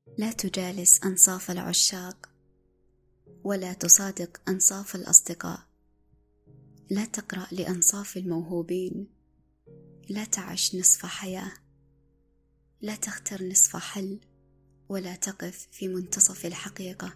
لا تجالس أنصاف العشاق ولا تصادق أنصاف الأصدقاء. لا تقرأ لأنصاف الموهوبين. لا تعش نصف حياة. لا تختر نصف حل ولا تقف في منتصف الحقيقة.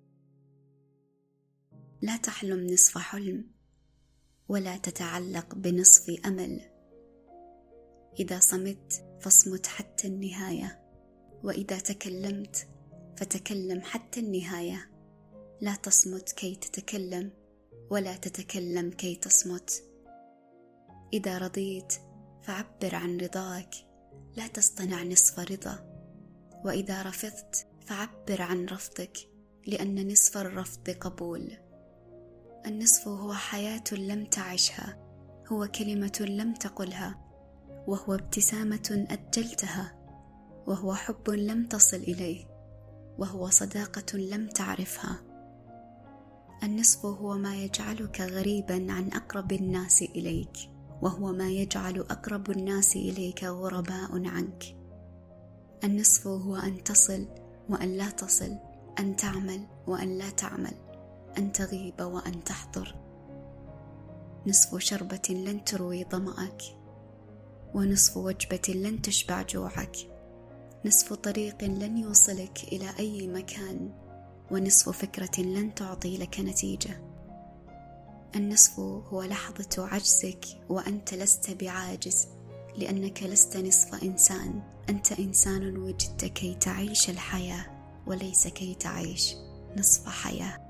لا تحلم نصف حلم ولا تتعلق بنصف أمل. إذا صمت فاصمت حتى النهاية، وإذا تكلمت فتكلم حتى النهاية. لا تصمت كي تتكلم ولا تتكلم كي تصمت. إذا رضيت فعبر عن رضاك، لا تصطنع نصف رضا. وإذا رفضت فعبر عن رفضك، لأن نصف الرفض قبول. النصف هو حياة لم تعشها، هو كلمة لم تقلها، وهو ابتسامة أجلتها، وهو حب لم تصل إليه، وهو صداقة لم تعرفها. النصف هو ما يجعلك غريبا عن أقرب الناس إليك، وهو ما يجعل أقرب الناس إليك غرباء عنك. النصف هو أن تصل وأن لا تصل، أن تعمل وأن لا تعمل، أن تغيب وأن تحضر. نصف شربة لن تروي ظمأك، ونصف وجبة لن تشبع جوعك. نصف طريق لن يوصلك إلى أي مكان، ونصف فكرة لن تعطي لك نتيجة. النصف هو لحظة عجزك وأنت لست بعاجز، لأنك لست نصف إنسان. أنت إنسان وجدت كي تعيش الحياة وليس كي تعيش نصف حياة.